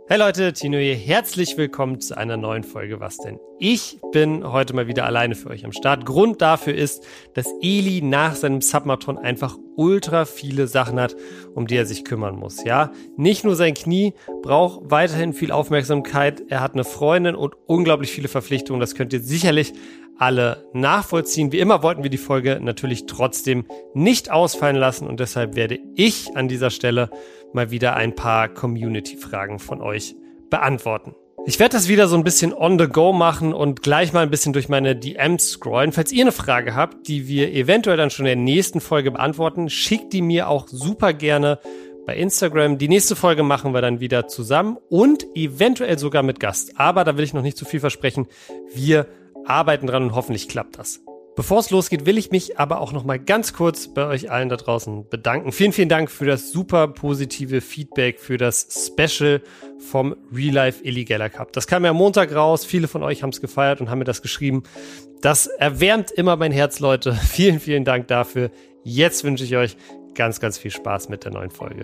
Hey Leute, Tino hier. Herzlich willkommen zu einer neuen Folge Was denn? Ich bin heute mal wieder alleine für euch am Start. Grund dafür ist, dass Eli nach seinem Submarathon einfach ultra viele Sachen hat, um die er sich kümmern muss. Ja, nicht nur sein Knie braucht weiterhin viel Aufmerksamkeit. Er hat eine Freundin und unglaublich viele Verpflichtungen. Das könnt ihr sicherlich alle nachvollziehen. Wie immer wollten wir die Folge natürlich trotzdem nicht ausfallen lassen und deshalb werde ich an dieser Stelle mal wieder ein paar Community-Fragen von euch beantworten. Ich werde das wieder so ein bisschen on the go machen und gleich mal ein bisschen durch meine DMs scrollen. Falls ihr eine Frage habt, die wir eventuell dann schon in der nächsten Folge beantworten, schickt die mir auch super gerne bei Instagram. Die nächste Folge machen wir dann wieder zusammen und eventuell sogar mit Gast. Aber da will ich noch nicht zu viel versprechen. Wir arbeiten dran und hoffentlich klappt das. Bevor es losgeht, will ich mich aber auch noch mal ganz kurz bei euch allen da draußen bedanken. Vielen, vielen Dank für das super positive Feedback für das Special vom Real Life Eli Geller Cup. Das kam ja am Montag raus. Viele von euch haben es gefeiert und haben mir das geschrieben. Das erwärmt immer mein Herz, Leute. Vielen, vielen Dank dafür. Jetzt wünsche ich euch ganz, ganz viel Spaß mit der neuen Folge.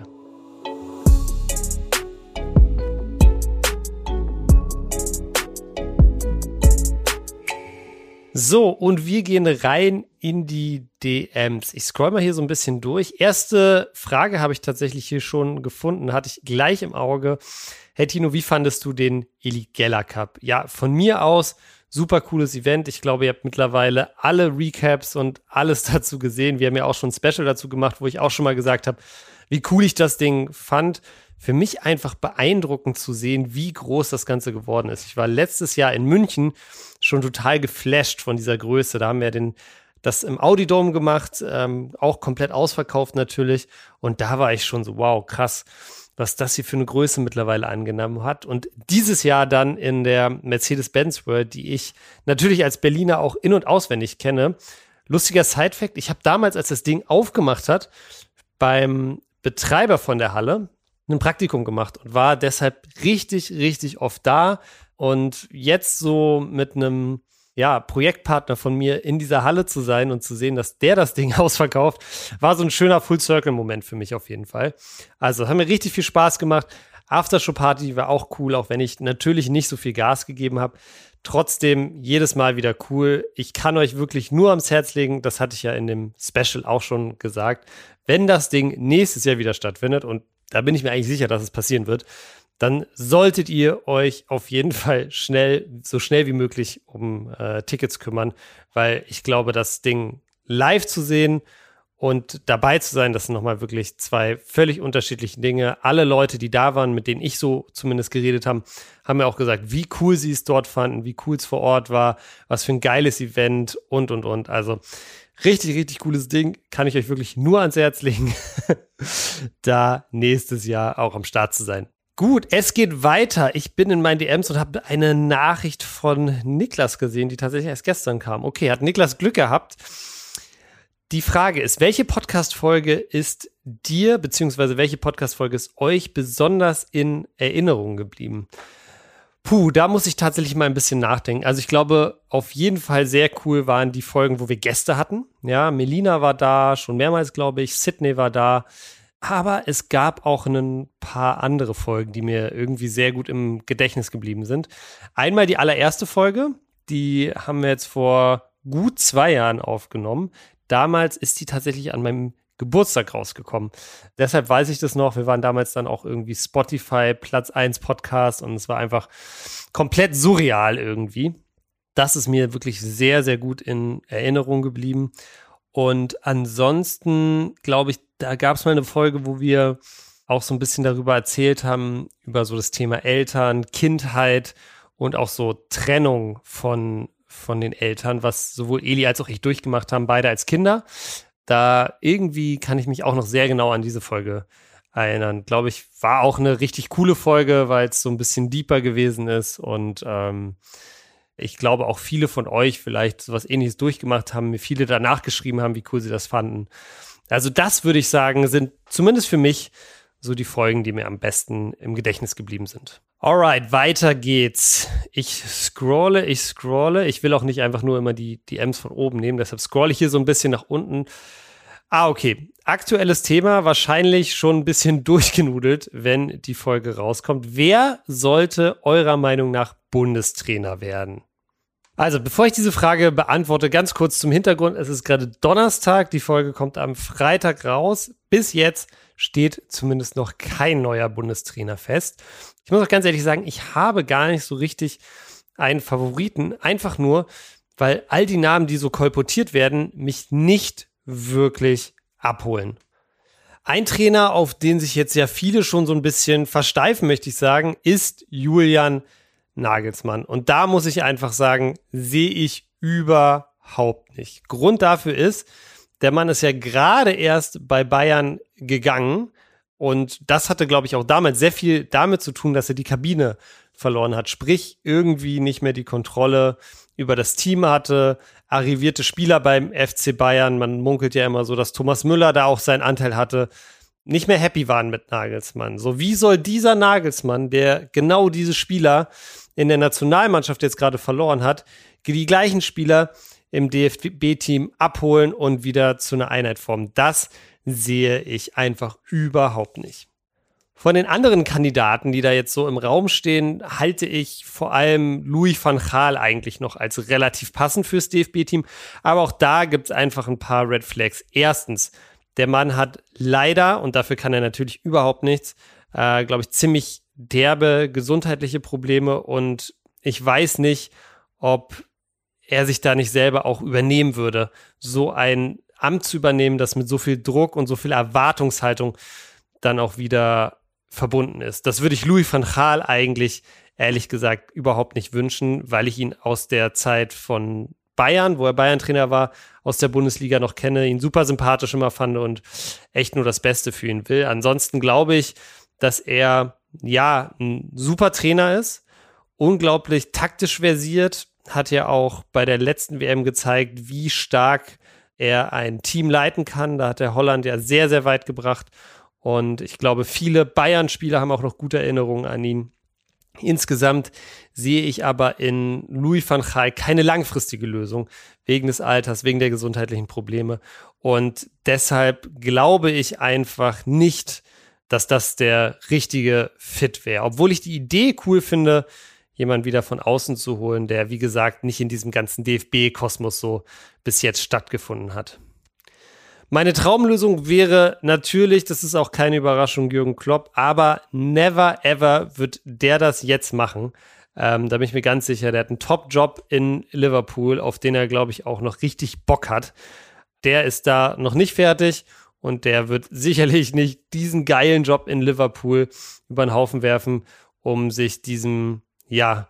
So, und wir gehen rein in die DMs. Ich scroll mal hier so ein bisschen durch. Erste Frage habe ich tatsächlich hier schon gefunden, hatte ich gleich im Auge. Hey Tino, wie fandest du den Eli Geller Cup? Ja, von mir aus super cooles Event. Ich glaube, ihr habt mittlerweile alle Recaps und alles dazu gesehen. Wir haben ja auch schon ein Special dazu gemacht, wo ich auch schon mal gesagt habe, wie cool ich das Ding fand. Für mich einfach beeindruckend zu sehen, wie groß das Ganze geworden ist. Ich war letztes Jahr in München schon total geflasht von dieser Größe. Da haben wir das im Audi Dome gemacht, auch komplett ausverkauft natürlich. Und da war ich schon so, wow, krass, was das hier für eine Größe mittlerweile angenommen hat. Und dieses Jahr dann in der Mercedes-Benz World, die ich natürlich als Berliner auch in- und auswendig kenne. Lustiger Side-Fact, ich habe damals, als das Ding aufgemacht hat, beim Betreiber von der Halle ein Praktikum gemacht und war deshalb richtig, richtig oft da. Und jetzt so mit einem Projektpartner von mir in dieser Halle zu sein und zu sehen, dass der das Ding ausverkauft, war so ein schöner Full-Circle-Moment für mich auf jeden Fall. Also hat mir richtig viel Spaß gemacht. Aftershow-Party war auch cool, auch wenn ich natürlich nicht so viel Gas gegeben habe. Trotzdem jedes Mal wieder cool. Ich kann euch wirklich nur ans Herz legen, das hatte ich ja in dem Special auch schon gesagt, wenn das Ding nächstes Jahr wieder stattfindet, und da bin ich mir eigentlich sicher, dass es passieren wird, dann solltet ihr euch auf jeden Fall so schnell wie möglich um Tickets kümmern, weil ich glaube, das Ding live zu sehen und dabei zu sein, das sind nochmal wirklich zwei völlig unterschiedliche Dinge. Alle Leute, die da waren, mit denen ich so zumindest geredet habe, haben mir auch gesagt, wie cool sie es dort fanden, wie cool es vor Ort war, was für ein geiles Event und. Also richtig, richtig cooles Ding. Kann ich euch wirklich nur ans Herz legen, da nächstes Jahr auch am Start zu sein. Gut, es geht weiter. Ich bin in meinen DMs und habe eine Nachricht von Niklas gesehen, die tatsächlich erst gestern kam. Okay, hat Niklas Glück gehabt. Die Frage ist, welche Podcast-Folge ist dir, beziehungsweise welche Podcast-Folge ist euch besonders in Erinnerung geblieben? Da muss ich tatsächlich mal ein bisschen nachdenken. Also ich glaube, auf jeden Fall sehr cool waren die Folgen, wo wir Gäste hatten. Ja, Melina war da, schon mehrmals, glaube ich. Sydney war da. Aber es gab auch ein paar andere Folgen, die mir irgendwie sehr gut im Gedächtnis geblieben sind. Einmal die allererste Folge, die haben wir jetzt vor gut 2 Jahren aufgenommen. Damals ist die tatsächlich an meinem Geburtstag rausgekommen. Deshalb weiß ich das noch. Wir waren damals dann auch irgendwie Spotify Platz 1 Podcast und es war einfach komplett surreal irgendwie. Das ist mir wirklich sehr, sehr gut in Erinnerung geblieben. Und ansonsten, glaube ich, da gab es mal eine Folge, wo wir auch so ein bisschen darüber erzählt haben, über so das Thema Eltern, Kindheit und auch so Trennung von den Eltern, was sowohl Eli als auch ich durchgemacht haben, beide als Kinder. Da irgendwie kann ich mich auch noch sehr genau an diese Folge erinnern. Glaube ich, war auch eine richtig coole Folge, weil es so ein bisschen deeper gewesen ist und ich glaube auch viele von euch vielleicht sowas Ähnliches durchgemacht haben, mir viele danach geschrieben haben, wie cool sie das fanden. Also das würde ich sagen, sind zumindest für mich so die Folgen, die mir am besten im Gedächtnis geblieben sind. Alright, weiter geht's. Ich scrolle. Ich will auch nicht einfach nur immer die DMs von oben nehmen, deshalb scrolle ich hier so ein bisschen nach unten. Okay. Aktuelles Thema, wahrscheinlich schon ein bisschen durchgenudelt, wenn die Folge rauskommt. Wer sollte eurer Meinung nach Bundestrainer werden? Also, bevor ich diese Frage beantworte, ganz kurz zum Hintergrund. Es ist gerade Donnerstag, die Folge kommt am Freitag raus. Bis jetzt steht zumindest noch kein neuer Bundestrainer fest. Ich muss auch ganz ehrlich sagen, ich habe gar nicht so richtig einen Favoriten. Einfach nur, weil all die Namen, die so kolportiert werden, mich nicht wirklich abholen. Ein Trainer, auf den sich jetzt ja viele schon so ein bisschen versteifen, möchte ich sagen, ist Julian Nagelsmann. Und da muss ich einfach sagen, sehe ich überhaupt nicht. Grund dafür ist, der Mann ist ja gerade erst bei Bayern gegangen und das hatte, glaube ich, auch damals sehr viel damit zu tun, dass er die Kabine verloren hat. Sprich, irgendwie nicht mehr die Kontrolle über das Team hatte, arrivierte Spieler beim FC Bayern, man munkelt ja immer so, dass Thomas Müller da auch seinen Anteil hatte, nicht mehr happy waren mit Nagelsmann. So, wie soll dieser Nagelsmann, der genau diese Spieler in der Nationalmannschaft jetzt gerade verloren hat, die gleichen Spieler im DFB-Team abholen und wieder zu einer Einheit formen? Das sehe ich einfach überhaupt nicht. Von den anderen Kandidaten, die da jetzt so im Raum stehen, halte ich vor allem Louis van Gaal eigentlich noch als relativ passend fürs DFB-Team. Aber auch da gibt es einfach ein paar Red Flags. Erstens, der Mann hat leider, und dafür kann er natürlich überhaupt nichts, glaube ich, ziemlich derbe gesundheitliche Probleme. Und ich weiß nicht, ob er sich da nicht selber auch übernehmen würde, so ein Amt zu übernehmen, das mit so viel Druck und so viel Erwartungshaltung dann auch wieder verbunden ist. Das würde ich Louis van Gaal eigentlich, ehrlich gesagt, überhaupt nicht wünschen, weil ich ihn aus der Zeit von Bayern, wo er Bayern-Trainer war, aus der Bundesliga noch kenne, ihn super sympathisch immer fand und echt nur das Beste für ihn will. Ansonsten glaube ich, dass er, ja, ein super Trainer ist, unglaublich taktisch versiert, hat ja auch bei der letzten WM gezeigt, wie stark er ein Team leiten kann. Da hat er Holland ja sehr, sehr weit gebracht. Und ich glaube, viele Bayern-Spieler haben auch noch gute Erinnerungen an ihn. Insgesamt sehe ich aber in Louis van Gaal keine langfristige Lösung, wegen des Alters, wegen der gesundheitlichen Probleme. Und deshalb glaube ich einfach nicht, dass das der richtige Fit wäre. Obwohl ich die Idee cool finde, jemanden wieder von außen zu holen, der, wie gesagt, nicht in diesem ganzen DFB-Kosmos so bis jetzt stattgefunden hat. Meine Traumlösung wäre natürlich, das ist auch keine Überraschung, Jürgen Klopp, aber never ever wird der das jetzt machen. Da bin ich mir ganz sicher, der hat einen Top-Job in Liverpool, auf den er, glaube ich, auch noch richtig Bock hat. Der ist da noch nicht fertig und der wird sicherlich nicht diesen geilen Job in Liverpool über den Haufen werfen, um sich diesem, ja,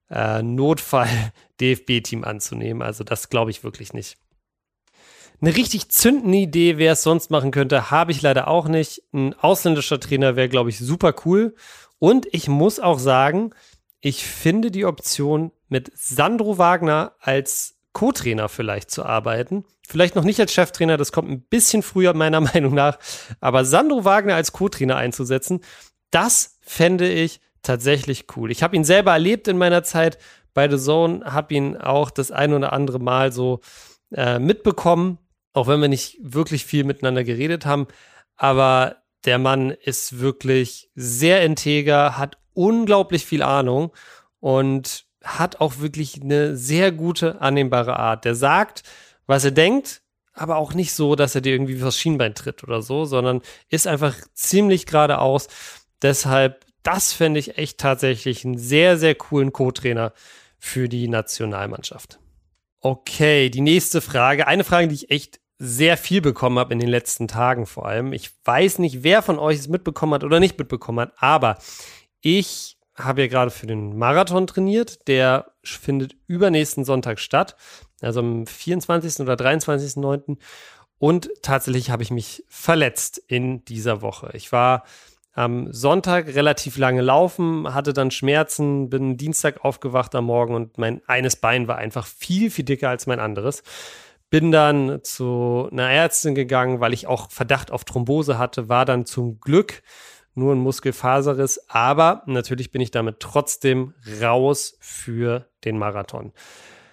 Notfall-DFB-Team anzunehmen. Also das glaube ich wirklich nicht. Eine richtig zündende Idee, wer es sonst machen könnte, habe ich leider auch nicht. Ein ausländischer Trainer wäre, glaube ich, super cool. Und ich muss auch sagen, ich finde die Option, mit Sandro Wagner als Co-Trainer vielleicht zu arbeiten. Vielleicht noch nicht als Cheftrainer, das kommt ein bisschen früher meiner Meinung nach. Aber Sandro Wagner als Co-Trainer einzusetzen, das fände ich tatsächlich cool. Ich habe ihn selber erlebt in meiner Zeit bei The Zone, habe ihn auch das ein oder andere Mal so mitbekommen, auch wenn wir nicht wirklich viel miteinander geredet haben. Aber der Mann ist wirklich sehr integer, hat unglaublich viel Ahnung und hat auch wirklich eine sehr gute, annehmbare Art. Der sagt, was er denkt, aber auch nicht so, dass er dir irgendwie fürs Schienbein tritt oder so, sondern ist einfach ziemlich geradeaus. Deshalb, das fände ich echt tatsächlich einen sehr, sehr coolen Co-Trainer für die Nationalmannschaft. Okay, die nächste Frage. Eine Frage, die ich echt sehr viel bekommen habe in den letzten Tagen vor allem. Ich weiß nicht, wer von euch es mitbekommen hat oder nicht mitbekommen hat, aber ich habe ja gerade für den Marathon trainiert. Der findet übernächsten Sonntag statt, also am 24. oder 23.09. Und tatsächlich habe ich mich verletzt in dieser Woche. Ich war am Sonntag relativ lange laufen, hatte dann Schmerzen, bin Dienstag aufgewacht am Morgen und mein eines Bein war einfach viel, viel dicker als mein anderes. Bin dann zu einer Ärztin gegangen, weil ich auch Verdacht auf Thrombose hatte, war dann zum Glück nur ein Muskelfaserriss, aber natürlich bin ich damit trotzdem raus für den Marathon.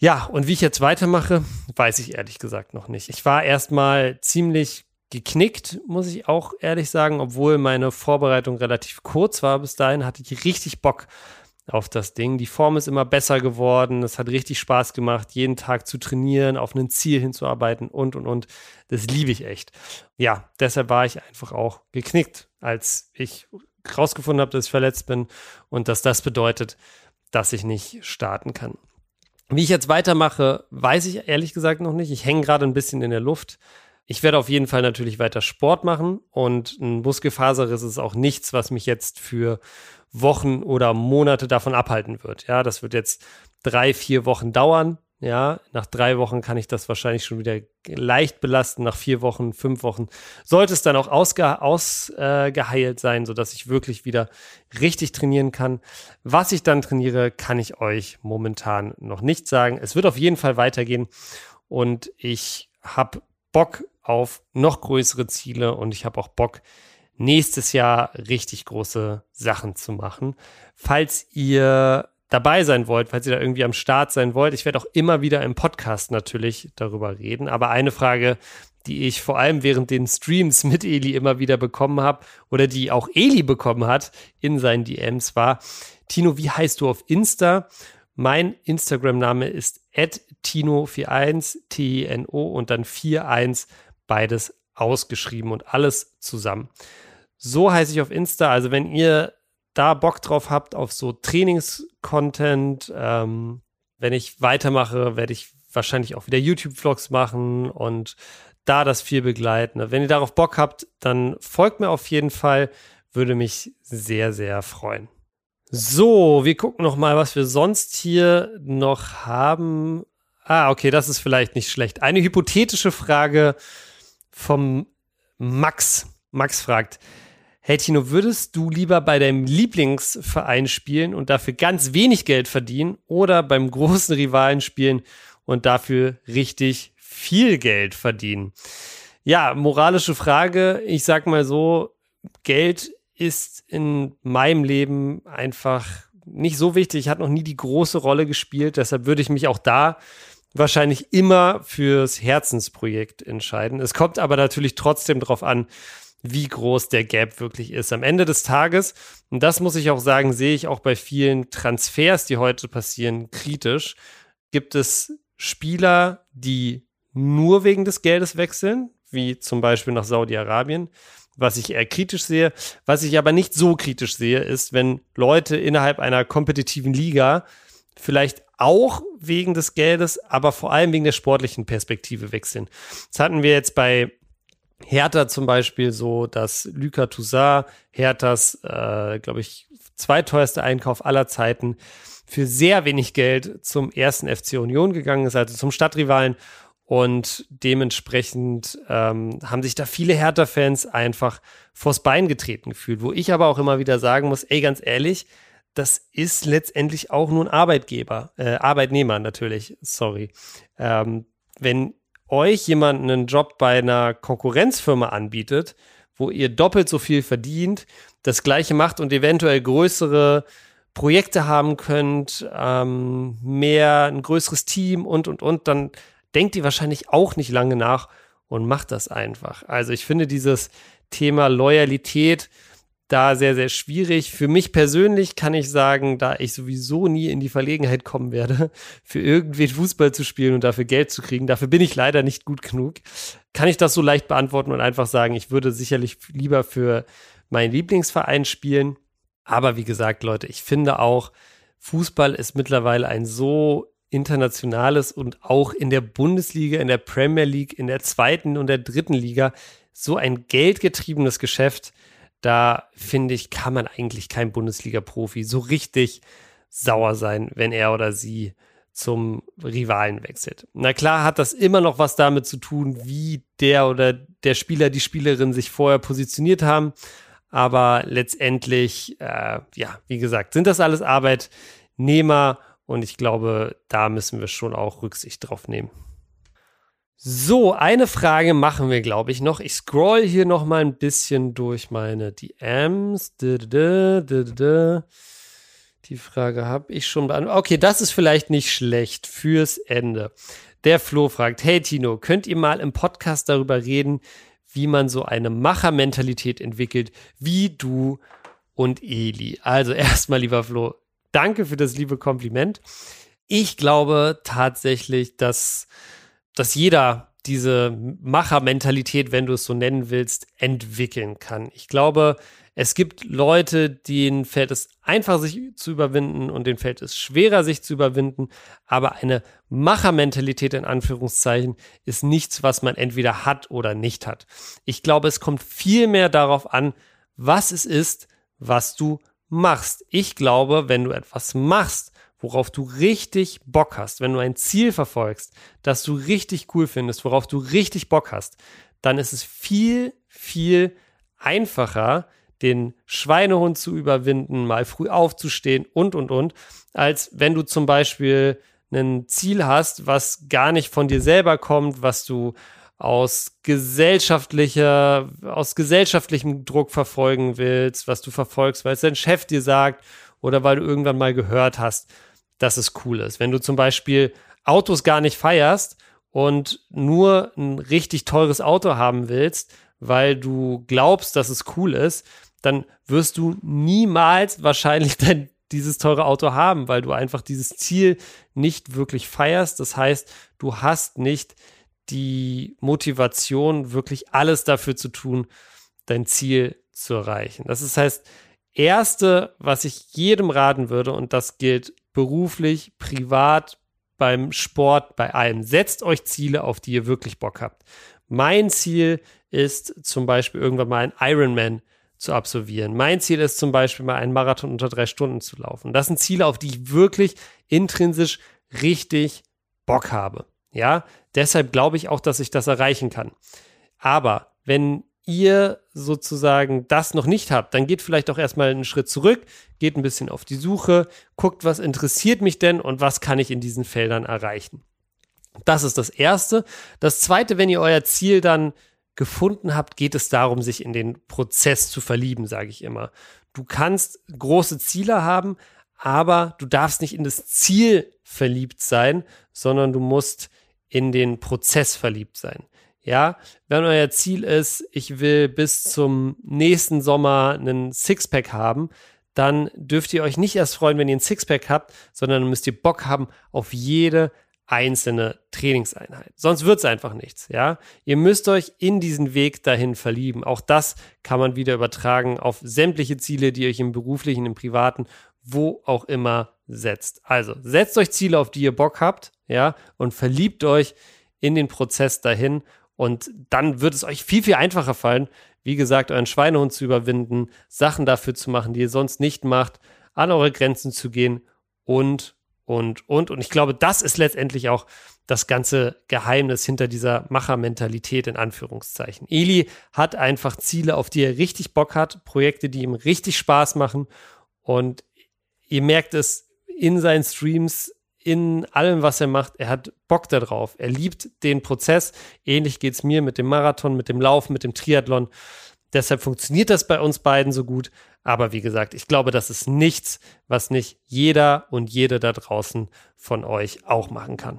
Ja, und wie ich jetzt weitermache, weiß ich ehrlich gesagt noch nicht. Ich war erstmal ziemlich geknickt, muss ich auch ehrlich sagen, obwohl meine Vorbereitung relativ kurz war bis dahin, hatte ich richtig Bock auf das Ding. Die Form ist immer besser geworden, es hat richtig Spaß gemacht, jeden Tag zu trainieren, auf ein Ziel hinzuarbeiten und. Das liebe ich echt. Ja, deshalb war ich einfach auch geknickt, als ich rausgefunden habe, dass ich verletzt bin und dass das bedeutet, dass ich nicht starten kann. Wie ich jetzt weitermache, weiß ich ehrlich gesagt noch nicht. Ich hänge gerade ein bisschen in der Luft. Ich werde auf jeden Fall natürlich weiter Sport machen und ein Muskelfaserriss ist auch nichts, was mich jetzt für Wochen oder Monate davon abhalten wird. Ja, das wird jetzt 3-4 Wochen dauern. Ja, nach 3 Wochen kann ich das wahrscheinlich schon wieder leicht belasten. Nach 4 Wochen, 5 Wochen sollte es dann auch ausgeheilt sein, sodass ich wirklich wieder richtig trainieren kann. Was ich dann trainiere, kann ich euch momentan noch nicht sagen. Es wird auf jeden Fall weitergehen und ich habe Bock auf noch größere Ziele und ich habe auch Bock, nächstes Jahr richtig große Sachen zu machen. Falls ihr dabei sein wollt, falls ihr da irgendwie am Start sein wollt, ich werde auch immer wieder im Podcast natürlich darüber reden, aber eine Frage, die ich vor allem während den Streams mit Eli immer wieder bekommen habe oder die auch Eli bekommen hat in seinen DMs war: Tino, wie heißt du auf Insta? Mein Instagram-Name ist @tino41, Tino und dann 41, beides ausgeschrieben und alles zusammen. So heiße ich auf Insta, also wenn ihr da Bock drauf habt auf so Trainings-Content, wenn ich weitermache, werde ich wahrscheinlich auch wieder YouTube-Vlogs machen und da das viel begleiten. Wenn ihr darauf Bock habt, dann folgt mir auf jeden Fall, würde mich sehr, sehr freuen. So, wir gucken noch mal, was wir sonst hier noch haben. Okay, das ist vielleicht nicht schlecht. Eine hypothetische Frage vom Max. Max fragt: Hey Tino, würdest du lieber bei deinem Lieblingsverein spielen und dafür ganz wenig Geld verdienen oder beim großen Rivalen spielen und dafür richtig viel Geld verdienen? Ja, moralische Frage. Ich sag mal so, Geld ist in meinem Leben einfach nicht so wichtig, hat noch nie die große Rolle gespielt, deshalb würde ich mich auch da wahrscheinlich immer fürs Herzensprojekt entscheiden. Es kommt aber natürlich trotzdem darauf an, wie groß der Gap wirklich ist. Am Ende des Tages, und das muss ich auch sagen, sehe ich auch bei vielen Transfers, die heute passieren, kritisch, gibt es Spieler, die nur wegen des Geldes wechseln, wie zum Beispiel nach Saudi-Arabien, was ich eher kritisch sehe. Was ich aber nicht so kritisch sehe, ist, wenn Leute innerhalb einer kompetitiven Liga vielleicht auch wegen des Geldes, aber vor allem wegen der sportlichen Perspektive wechseln. Das hatten wir jetzt bei Hertha zum Beispiel so, dass Lucas Toussaint, Herthas, glaube ich, zweiteuerster Einkauf aller Zeiten, für sehr wenig Geld zum ersten FC Union gegangen ist, also zum Stadtrivalen. Und dementsprechend haben sich da viele Hertha-Fans einfach vors Bein getreten gefühlt, wo ich aber auch immer wieder sagen muss, ey, ganz ehrlich, das ist letztendlich auch nur ein Arbeitnehmer natürlich, sorry. Wenn euch jemand einen Job bei einer Konkurrenzfirma anbietet, wo ihr doppelt so viel verdient, das Gleiche macht und eventuell größere Projekte haben könnt, ein größeres Team und, dann denkt ihr wahrscheinlich auch nicht lange nach und macht das einfach. Also ich finde dieses Thema Loyalität da sehr, sehr schwierig. Für mich persönlich kann ich sagen, da ich sowieso nie in die Verlegenheit kommen werde, für irgendwen Fußball zu spielen und dafür Geld zu kriegen, dafür bin ich leider nicht gut genug, kann ich das so leicht beantworten und einfach sagen, ich würde sicherlich lieber für meinen Lieblingsverein spielen. Aber wie gesagt, Leute, ich finde auch, Fußball ist mittlerweile ein so internationales und auch in der Bundesliga, in der Premier League, in der 2. und der 3. Liga so ein geldgetriebenes Geschäft. Da finde ich, kann man eigentlich kein Bundesliga-Profi so richtig sauer sein, wenn er oder sie zum Rivalen wechselt. Na klar hat das immer noch was damit zu tun, wie der oder der Spieler, die Spielerin sich vorher positioniert haben. Aber letztendlich, wie gesagt, sind das alles Arbeitnehmer und ich glaube, da müssen wir schon auch Rücksicht drauf nehmen. So, eine Frage machen wir, glaube ich, noch. Ich scroll hier noch mal ein bisschen durch meine DMs. Die Frage habe ich schon beantwortet. Okay, das ist vielleicht nicht schlecht fürs Ende. Der Flo fragt, hey Tino, könnt ihr mal im Podcast darüber reden, wie man so eine Machermentalität entwickelt, wie du und Eli? Also erstmal, lieber Flo, danke für das liebe Kompliment. Ich glaube tatsächlich, dass jeder diese Machermentalität, wenn du es so nennen willst, entwickeln kann. Ich glaube, es gibt Leute, denen fällt es einfach, sich zu überwinden und denen fällt es schwerer, sich zu überwinden. Aber eine Machermentalität in Anführungszeichen ist nichts, was man entweder hat oder nicht hat. Ich glaube, es kommt viel mehr darauf an, was es ist, was du machst. Ich glaube, wenn du etwas machst, worauf du richtig Bock hast, wenn du ein Ziel verfolgst, das du richtig cool findest, worauf du richtig Bock hast, dann ist es viel, viel einfacher, den Schweinehund zu überwinden, mal früh aufzustehen und, als wenn du zum Beispiel ein Ziel hast, was gar nicht von dir selber kommt, was du aus gesellschaftlichem Druck verfolgen willst, was du verfolgst, weil es dein Chef dir sagt oder weil du irgendwann mal gehört hast, dass es cool ist. Wenn du zum Beispiel Autos gar nicht feierst und nur ein richtig teures Auto haben willst, weil du glaubst, dass es cool ist, dann wirst du niemals wahrscheinlich dieses teure Auto haben, weil du einfach dieses Ziel nicht wirklich feierst. Das heißt, du hast nicht die Motivation, wirklich alles dafür zu tun, dein Ziel zu erreichen. Das ist heißt, Erste, was ich jedem raten würde, und das gilt beruflich, privat, beim Sport, bei allem, setzt euch Ziele, auf die ihr wirklich Bock habt. Mein Ziel ist zum Beispiel irgendwann mal einen Ironman zu absolvieren. Mein Ziel ist zum Beispiel mal einen Marathon unter 3 Stunden zu laufen. Das sind Ziele, auf die ich wirklich intrinsisch richtig Bock habe. Ja, deshalb glaube ich auch, dass ich das erreichen kann. Aber wenn ihr sozusagen das noch nicht habt, dann geht vielleicht auch erstmal einen Schritt zurück, geht ein bisschen auf die Suche, guckt, was interessiert mich denn und was kann ich in diesen Feldern erreichen. Das ist das Erste. Das Zweite, wenn ihr euer Ziel dann gefunden habt, geht es darum, sich in den Prozess zu verlieben, sage ich immer. Du kannst große Ziele haben, aber du darfst nicht in das Ziel verliebt sein, sondern du musst in den Prozess verliebt sein. Ja, wenn euer Ziel ist, ich will bis zum nächsten Sommer einen Sixpack haben, dann dürft ihr euch nicht erst freuen, wenn ihr einen Sixpack habt, sondern müsst ihr Bock haben auf jede einzelne Trainingseinheit. Sonst wird es einfach nichts, ja. Ihr müsst euch in diesen Weg dahin verlieben. Auch das kann man wieder übertragen auf sämtliche Ziele, die ihr euch im beruflichen, im privaten, wo auch immer setzt. Also, setzt euch Ziele, auf die ihr Bock habt, ja, und verliebt euch in den Prozess dahin. Und dann wird es euch viel, viel einfacher fallen, wie gesagt, euren Schweinehund zu überwinden, Sachen dafür zu machen, die ihr sonst nicht macht, an eure Grenzen zu gehen und. Und ich glaube, das ist letztendlich auch das ganze Geheimnis hinter dieser Machermentalität in Anführungszeichen. Eli hat einfach Ziele, auf die er richtig Bock hat, Projekte, die ihm richtig Spaß machen. Und ihr merkt es in seinen Streams, in allem, was er macht, er hat Bock darauf. Er liebt den Prozess. Ähnlich geht es mir mit dem Marathon, mit dem Laufen, mit dem Triathlon. Deshalb funktioniert das bei uns beiden so gut. Aber wie gesagt, ich glaube, das ist nichts, was nicht jeder und jede da draußen von euch auch machen kann.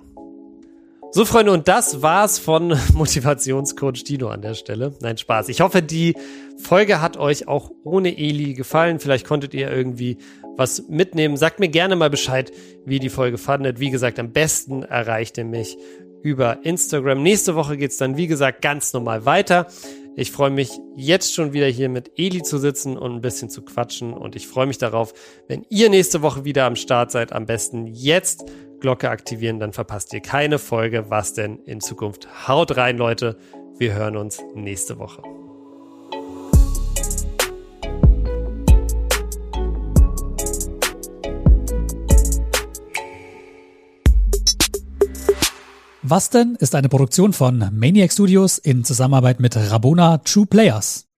So, Freunde, und das war's von Motivationscoach Tino an der Stelle. Nein, Spaß. Ich hoffe, die Folge hat euch auch ohne Eli gefallen. Vielleicht konntet ihr irgendwie was mitnehmen. Sagt mir gerne mal Bescheid, wie ihr die Folge fandet. Wie gesagt, am besten erreicht ihr mich über Instagram. Nächste Woche geht's dann, wie gesagt, ganz normal weiter. Ich freue mich jetzt schon wieder hier mit Eli zu sitzen und ein bisschen zu quatschen. Und ich freue mich darauf, wenn ihr nächste Woche wieder am Start seid. Am besten jetzt Glocke aktivieren, dann verpasst ihr keine Folge. Was denn in Zukunft? Haut rein, Leute. Wir hören uns nächste Woche. Was denn ist eine Produktion von Maniac Studios in Zusammenarbeit mit Rabona True Players.